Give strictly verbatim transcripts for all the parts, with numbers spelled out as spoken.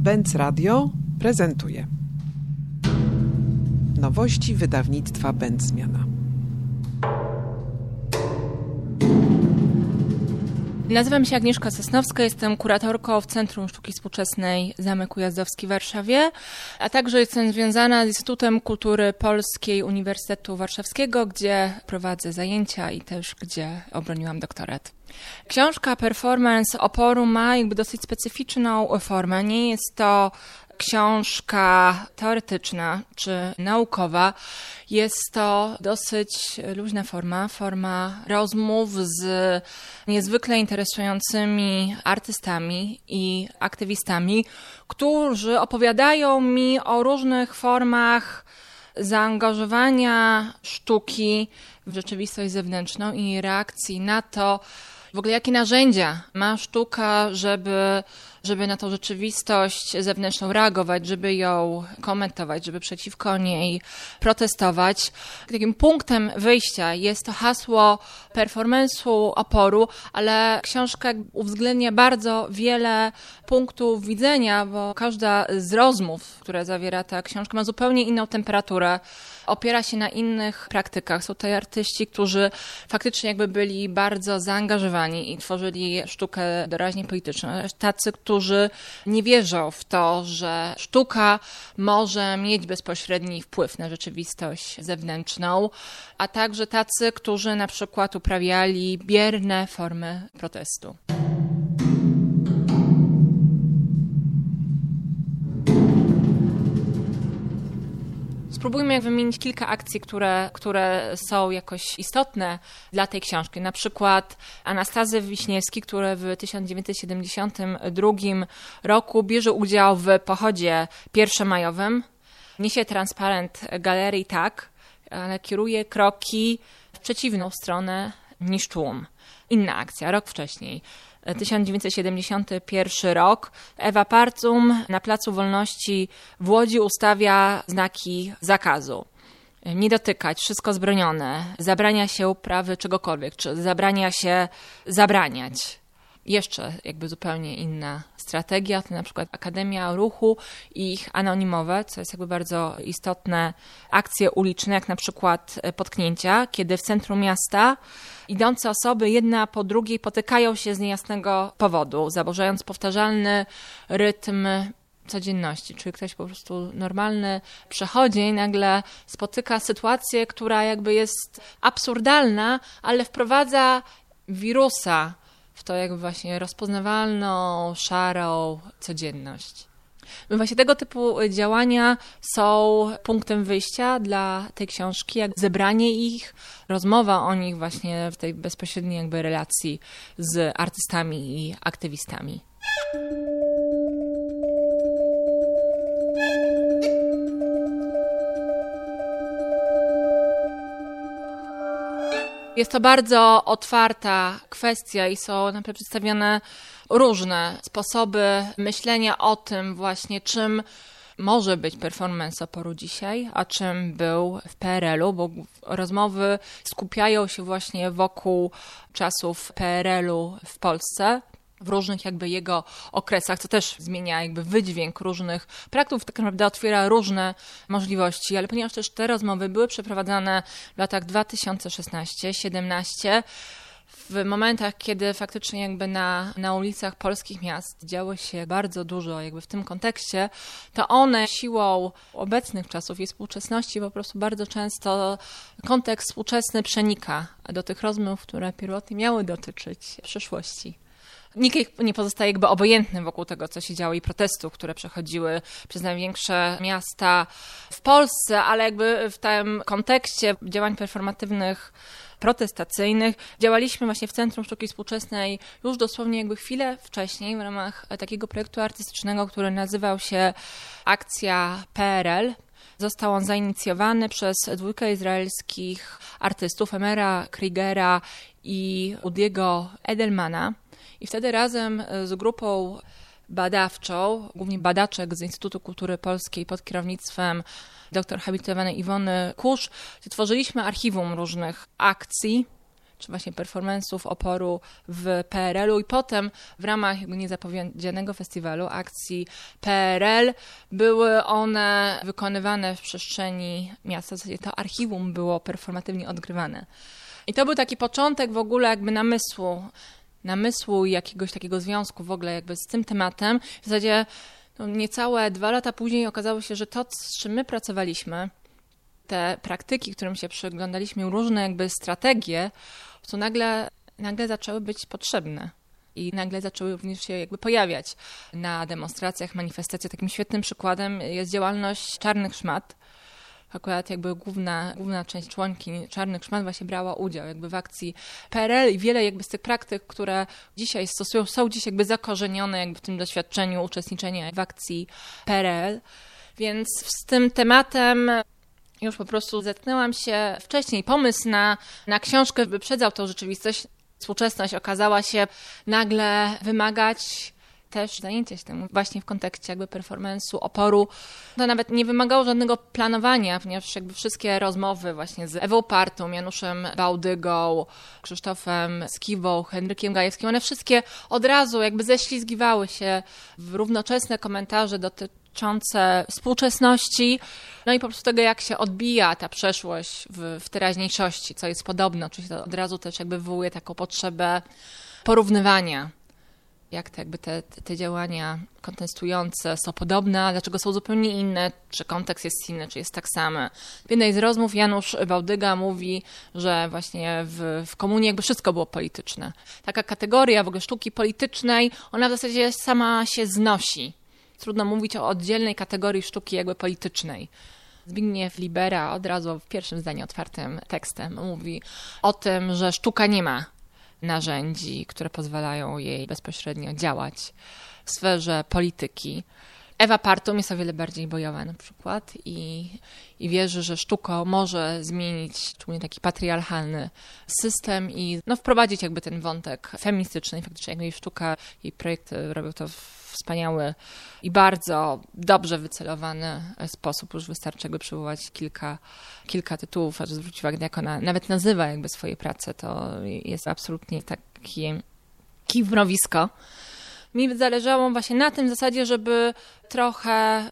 Benz Radio prezentuje nowości wydawnictwa Benz Zmiana. Nazywam się Agnieszka Sosnowska, jestem kuratorką w Centrum Sztuki Współczesnej Zamek Ujazdowski w Warszawie, a także jestem związana z Instytutem Kultury Polskiej Uniwersytetu Warszawskiego, gdzie prowadzę zajęcia i też gdzie obroniłam doktorat. Książka Performance Oporu ma jakby dosyć specyficzną formę. Nie jest to książka teoretyczna czy naukowa. Jest to dosyć luźna forma, forma rozmów z niezwykle interesującymi artystami i aktywistami, którzy opowiadają mi o różnych formach zaangażowania sztuki w rzeczywistość zewnętrzną i reakcji na to, w ogóle jakie narzędzia ma sztuka, żeby, żeby na tą rzeczywistość zewnętrzną reagować, żeby ją komentować, żeby przeciwko niej protestować. Takim punktem wyjścia jest to hasło performance'u oporu, ale książka uwzględnia bardzo wiele punktów widzenia, bo każda z rozmów, które zawiera ta książka, ma zupełnie inną temperaturę. Opiera się na innych praktykach. Są tutaj artyści, którzy faktycznie jakby byli bardzo zaangażowani i tworzyli sztukę doraźnie polityczną. Tacy, którzy nie wierzą w to, że sztuka może mieć bezpośredni wpływ na rzeczywistość zewnętrzną, a także tacy, którzy na przykład uprawiali bierne formy protestu. Spróbujmy jak wymienić kilka akcji, które, które są jakoś istotne dla tej książki. Na przykład Anastazy Wiśniewski, który w tysiąc dziewięćset siedemdziesiątym drugim roku bierze udział w pochodzie pierwszomajowym. Niesie transparent Galerii Tak, ale kieruje kroki w przeciwną stronę niż tłum. Inna akcja, rok wcześniej. tysiąc dziewięćset siedemdziesiąty pierwszy rok. Ewa Parcum na Placu Wolności w Łodzi ustawia znaki zakazu. Nie dotykać, wszystko zbronione, zabrania się uprawy czegokolwiek, czy zabrania się zabraniać. Jeszcze jakby zupełnie inna strategia, to na przykład Akademia Ruchu i ich anonimowe, co jest jakby bardzo istotne, akcje uliczne, jak na przykład potknięcia, kiedy w centrum miasta idące osoby jedna po drugiej potykają się z niejasnego powodu, zaburzając powtarzalny rytm codzienności, czyli ktoś po prostu normalny przechodzień nagle spotyka sytuację, która jakby jest absurdalna, ale wprowadza wirusa w to jakby właśnie rozpoznawalną, szarą codzienność. No właśnie tego typu działania są punktem wyjścia dla tej książki, jak zebranie ich, rozmowa o nich właśnie w tej bezpośredniej jakby relacji z artystami i aktywistami. Jest to bardzo otwarta kwestia i są naprawdę przedstawione różne sposoby myślenia o tym właśnie, czym może być performance oporu dzisiaj, a czym był w P R L u, bo rozmowy skupiają się właśnie wokół czasów P R L u w Polsce, w różnych jakby jego okresach, co też zmienia jakby wydźwięk różnych praktyk, tak naprawdę otwiera różne możliwości, ale ponieważ też te rozmowy były przeprowadzane w latach dwa tysiące szesnastym do dwa tysiące siedemnastego, w momentach, kiedy faktycznie jakby na, na ulicach polskich miast działo się bardzo dużo jakby w tym kontekście, to one siłą obecnych czasów i współczesności po prostu bardzo często kontekst współczesny przenika do tych rozmów, które pierwotnie miały dotyczyć przyszłości. Nikt nie pozostaje jakby obojętny wokół tego, co się działo i protestów, które przechodziły przez największe miasta w Polsce, ale jakby w tym kontekście działań performatywnych, protestacyjnych działaliśmy właśnie w Centrum Sztuki Współczesnej już dosłownie jakby chwilę wcześniej w ramach takiego projektu artystycznego, który nazywał się Akcja P R L. Został on zainicjowany przez dwójkę izraelskich artystów, Emera Kriegera i Udiego Edelmana. I wtedy razem z grupą badawczą, głównie badaczek z Instytutu Kultury Polskiej pod kierownictwem dr habilitowanej Iwony Kusz, tworzyliśmy archiwum różnych akcji, czy właśnie performance'ów oporu w P R L-u i potem w ramach jakby niezapowiedzianego festiwalu akcji P R L były one wykonywane w przestrzeni miasta, w zasadzie to archiwum było performatywnie odgrywane. I to był taki początek w ogóle jakby namysłu, namysłu i jakiegoś takiego związku w ogóle jakby z tym tematem. W zasadzie no, niecałe dwa lata później okazało się, że to, z czym my pracowaliśmy, te praktyki, którym się przyglądaliśmy, różne jakby strategie, to nagle, nagle zaczęły być potrzebne. I nagle zaczęły również się jakby pojawiać na demonstracjach, manifestacjach. Takim świetnym przykładem jest działalność Czarnych Szmat. Akurat jakby główna, główna część członkiń Czarnych Szmat właśnie brała udział jakby w akcji P R L i wiele jakby z tych praktyk, które dzisiaj stosują, są dziś jakby zakorzenione jakby w tym doświadczeniu uczestniczenia w akcji P R L. Więc z tym tematem już po prostu zetknęłam się wcześniej. Pomysł na, na książkę wyprzedzał tą rzeczywistość. Współczesność okazała się nagle wymagać też zajęcia się tym właśnie w kontekście jakby performance'u, oporu. To nawet nie wymagało żadnego planowania, ponieważ jakby wszystkie rozmowy właśnie z Ewą Partą, Januszem Bałdygą, Krzysztofem Skiwą, Henrykiem Gajewskim, one wszystkie od razu jakby ześlizgiwały się w równoczesne komentarze dotyczące współczesności, no i po prostu tego, jak się odbija ta przeszłość w, w teraźniejszości, co jest podobne. Oczywiście to od razu też jakby wywołuje taką potrzebę porównywania, jak te, jakby te, te działania kontestujące są podobne, a dlaczego są zupełnie inne, czy kontekst jest inny, czy jest tak sam. W jednej z rozmów Janusz Bałdyga mówi, że właśnie w, w komunii jakby wszystko było polityczne. Taka kategoria w ogóle sztuki politycznej, ona w zasadzie sama się znosi. Trudno mówić o oddzielnej kategorii sztuki jakby politycznej. Zbigniew Libera od razu w pierwszym zdaniu otwartym tekstem mówi o tym, że sztuka nie ma narzędzi, które pozwalają jej bezpośrednio działać w sferze polityki. Ewa Partum jest o wiele bardziej bojowa na przykład i, i wierzy, że sztuka może zmienić szczególnie taki patriarchalny system i no, wprowadzić jakby ten wątek feministyczny. I faktycznie jakby jej sztuka, jej projekt robił to w wspaniały i bardzo dobrze wycelowany sposób. Już wystarczy jakby przywołać kilka, kilka tytułów, aż zwrócić uwagę, jak ona nawet nazywa jakby swoje prace. To jest absolutnie takie kij w mrowisko. Mi zależało właśnie na tym w zasadzie, żeby trochę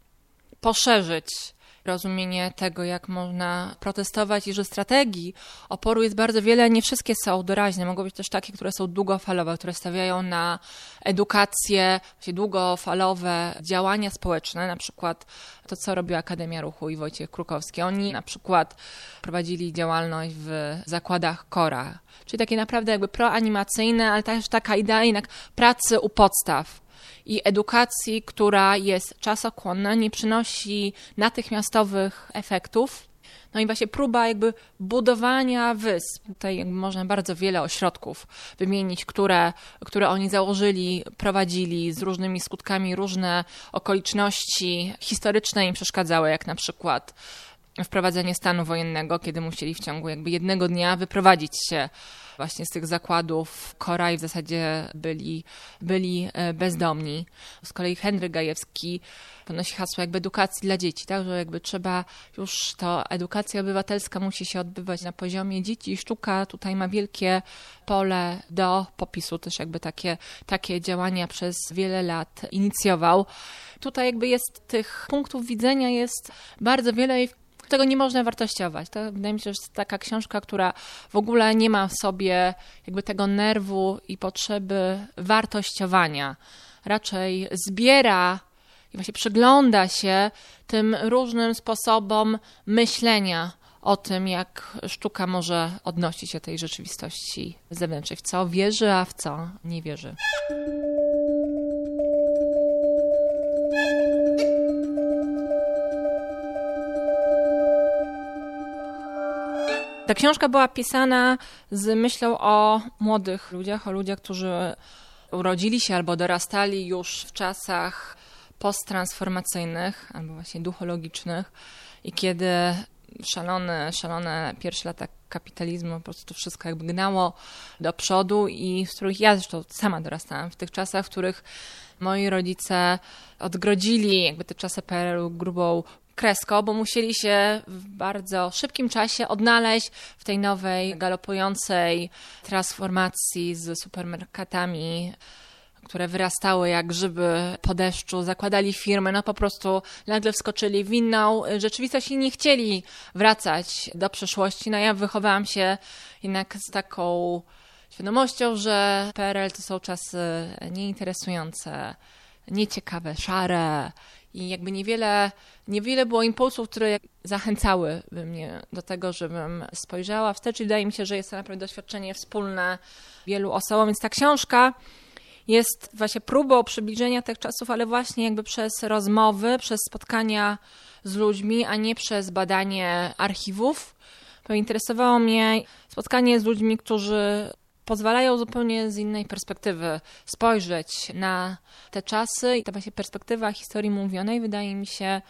poszerzyć rozumienie tego, jak można protestować i że strategii oporu jest bardzo wiele, nie wszystkie są doraźne. Mogą być też takie, które są długofalowe, które stawiają na edukację, właśnie długofalowe działania społeczne, na przykład to, co robiła Akademia Ruchu i Wojciech Krukowski. Oni na przykład prowadzili działalność w zakładach Kora, czyli takie naprawdę jakby proanimacyjne, ale też taka idea jednak pracy u podstaw i edukacji, która jest czasochłonna, nie przynosi natychmiastowych efektów. No i właśnie próba jakby budowania wysp. Tutaj jakby można bardzo wiele ośrodków wymienić, które, które oni założyli, prowadzili z różnymi skutkami, różne okoliczności historyczne im przeszkadzały, jak na przykład wprowadzenie stanu wojennego, kiedy musieli w ciągu jakby jednego dnia wyprowadzić się właśnie z tych zakładów Kora i w zasadzie byli, byli bezdomni. Z kolei Henryk Gajewski podnosi hasło jakby edukacji dla dzieci, tak, że jakby trzeba już to edukacja obywatelska musi się odbywać na poziomie dzieci. Sztuka tutaj ma wielkie pole do popisu, też jakby takie, takie działania przez wiele lat inicjował. Tutaj jakby jest tych punktów widzenia jest bardzo wiele i tego nie można wartościować. To wydaje mi się, że jest taka książka, która w ogóle nie ma w sobie jakby tego nerwu i potrzeby wartościowania. Raczej zbiera i właśnie przygląda się tym różnym sposobom myślenia o tym, jak sztuka może odnosić się do tej rzeczywistości zewnętrznej, w co wierzy, a w co nie wierzy. Ta książka była pisana z myślą o młodych ludziach, o ludziach, którzy urodzili się albo dorastali już w czasach posttransformacyjnych albo właśnie duchologicznych i kiedy szalone, szalone pierwsze lata kapitalizmu po prostu to wszystko jakby gnało do przodu i z których ja zresztą sama dorastałam w tych czasach, w których moi rodzice odgrodzili jakby te czasy P R L-u grubą kreską, bo musieli się w bardzo szybkim czasie odnaleźć w tej nowej, galopującej transformacji z supermarketami, które wyrastały jak grzyby po deszczu, zakładali firmy, no po prostu nagle wskoczyli w inną rzeczywistość i nie chcieli wracać do przeszłości. No ja wychowałam się jednak z taką świadomością, że P R L to są czasy nieinteresujące, nieciekawe, szare i jakby niewiele, niewiele było impulsów, które zachęcałyby mnie do tego, żebym spojrzała wstecz i wydaje mi się, że jest to naprawdę doświadczenie wspólne wielu osobom, więc ta książka jest właśnie próbą przybliżenia tych czasów, ale właśnie jakby przez rozmowy, przez spotkania z ludźmi, a nie przez badanie archiwów. Pointeresowało mnie spotkanie z ludźmi, którzy pozwalają zupełnie z innej perspektywy spojrzeć na te czasy i ta właśnie perspektywa historii mówionej wydaje mi się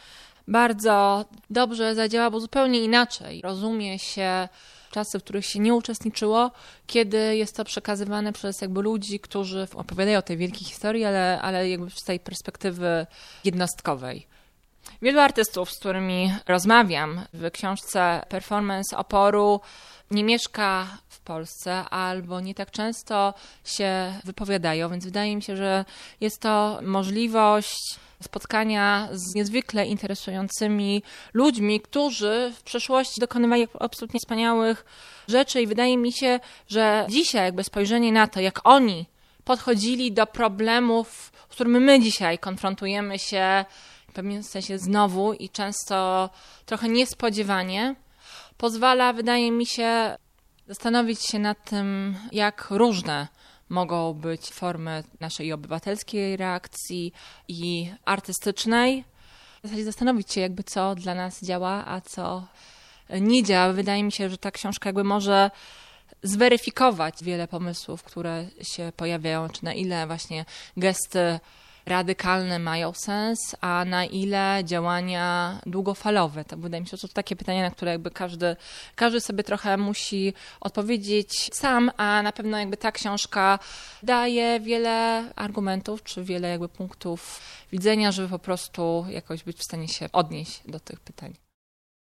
bardzo dobrze zadziała, bo zupełnie inaczej rozumie się czasy, w których się nie uczestniczyło, kiedy jest to przekazywane przez jakby ludzi, którzy opowiadają o tej wielkiej historii, ale, ale jakby z tej perspektywy jednostkowej. Wielu artystów, z którymi rozmawiam w książce Performance oporu, nie mieszka w Polsce albo nie tak często się wypowiadają, więc wydaje mi się, że jest to możliwość spotkania z niezwykle interesującymi ludźmi, którzy w przeszłości dokonywali absolutnie wspaniałych rzeczy i wydaje mi się, że dzisiaj jakby spojrzenie na to, jak oni podchodzili do problemów, z którymi my dzisiaj konfrontujemy się w pewnym sensie znowu i często trochę niespodziewanie, pozwala, wydaje mi się, zastanowić się nad tym, jak różne mogą być formy naszej obywatelskiej reakcji i artystycznej. W zasadzie zastanowić się jakby co dla nas działa, a co nie działa. Wydaje mi się, że ta książka jakby może zweryfikować wiele pomysłów, które się pojawiają, czy na ile właśnie gesty radykalne mają sens, a na ile działania długofalowe. To wydaje mi się, że to takie pytania, na które jakby każdy, każdy sobie trochę musi odpowiedzieć sam, a na pewno jakby ta książka daje wiele argumentów, czy wiele jakby punktów widzenia, żeby po prostu jakoś być w stanie się odnieść do tych pytań.